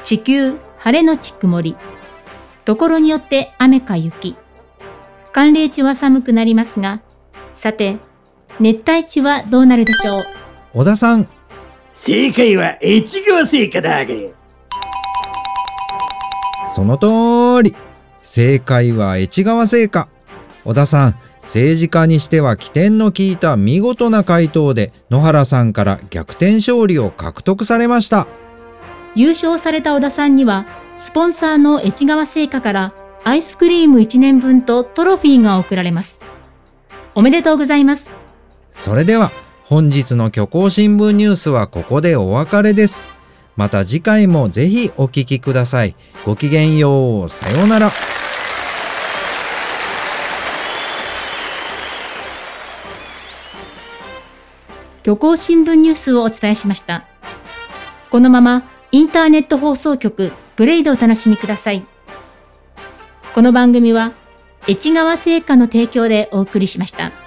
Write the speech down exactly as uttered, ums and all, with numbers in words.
地球晴れのち曇り。ところによって雨か雪。寒冷地は寒くなりますが、さて、熱帯地はどうなるでしょう。 小田さん。 正解は越川製菓だげ。 その通り。正解は越川製菓。小田さん、政治家にしては起点の効いた見事な回答で野原さんから逆転勝利を獲得されました。 優勝された小田さんには、スポンサーの越川製菓からアイスクリームいちねんぶんとトロフィーが贈られます。おめでとうございます。 それでは本日の虚構新聞ニュースはここでお別れです。また次回もぜひお聞きください。ごきげんよう。さようなら。 虚構新聞ニュースをお伝えしました。このままインターネット放送局ブレイドをお楽しみください。この番組は越川製菓の提供でお送りしました。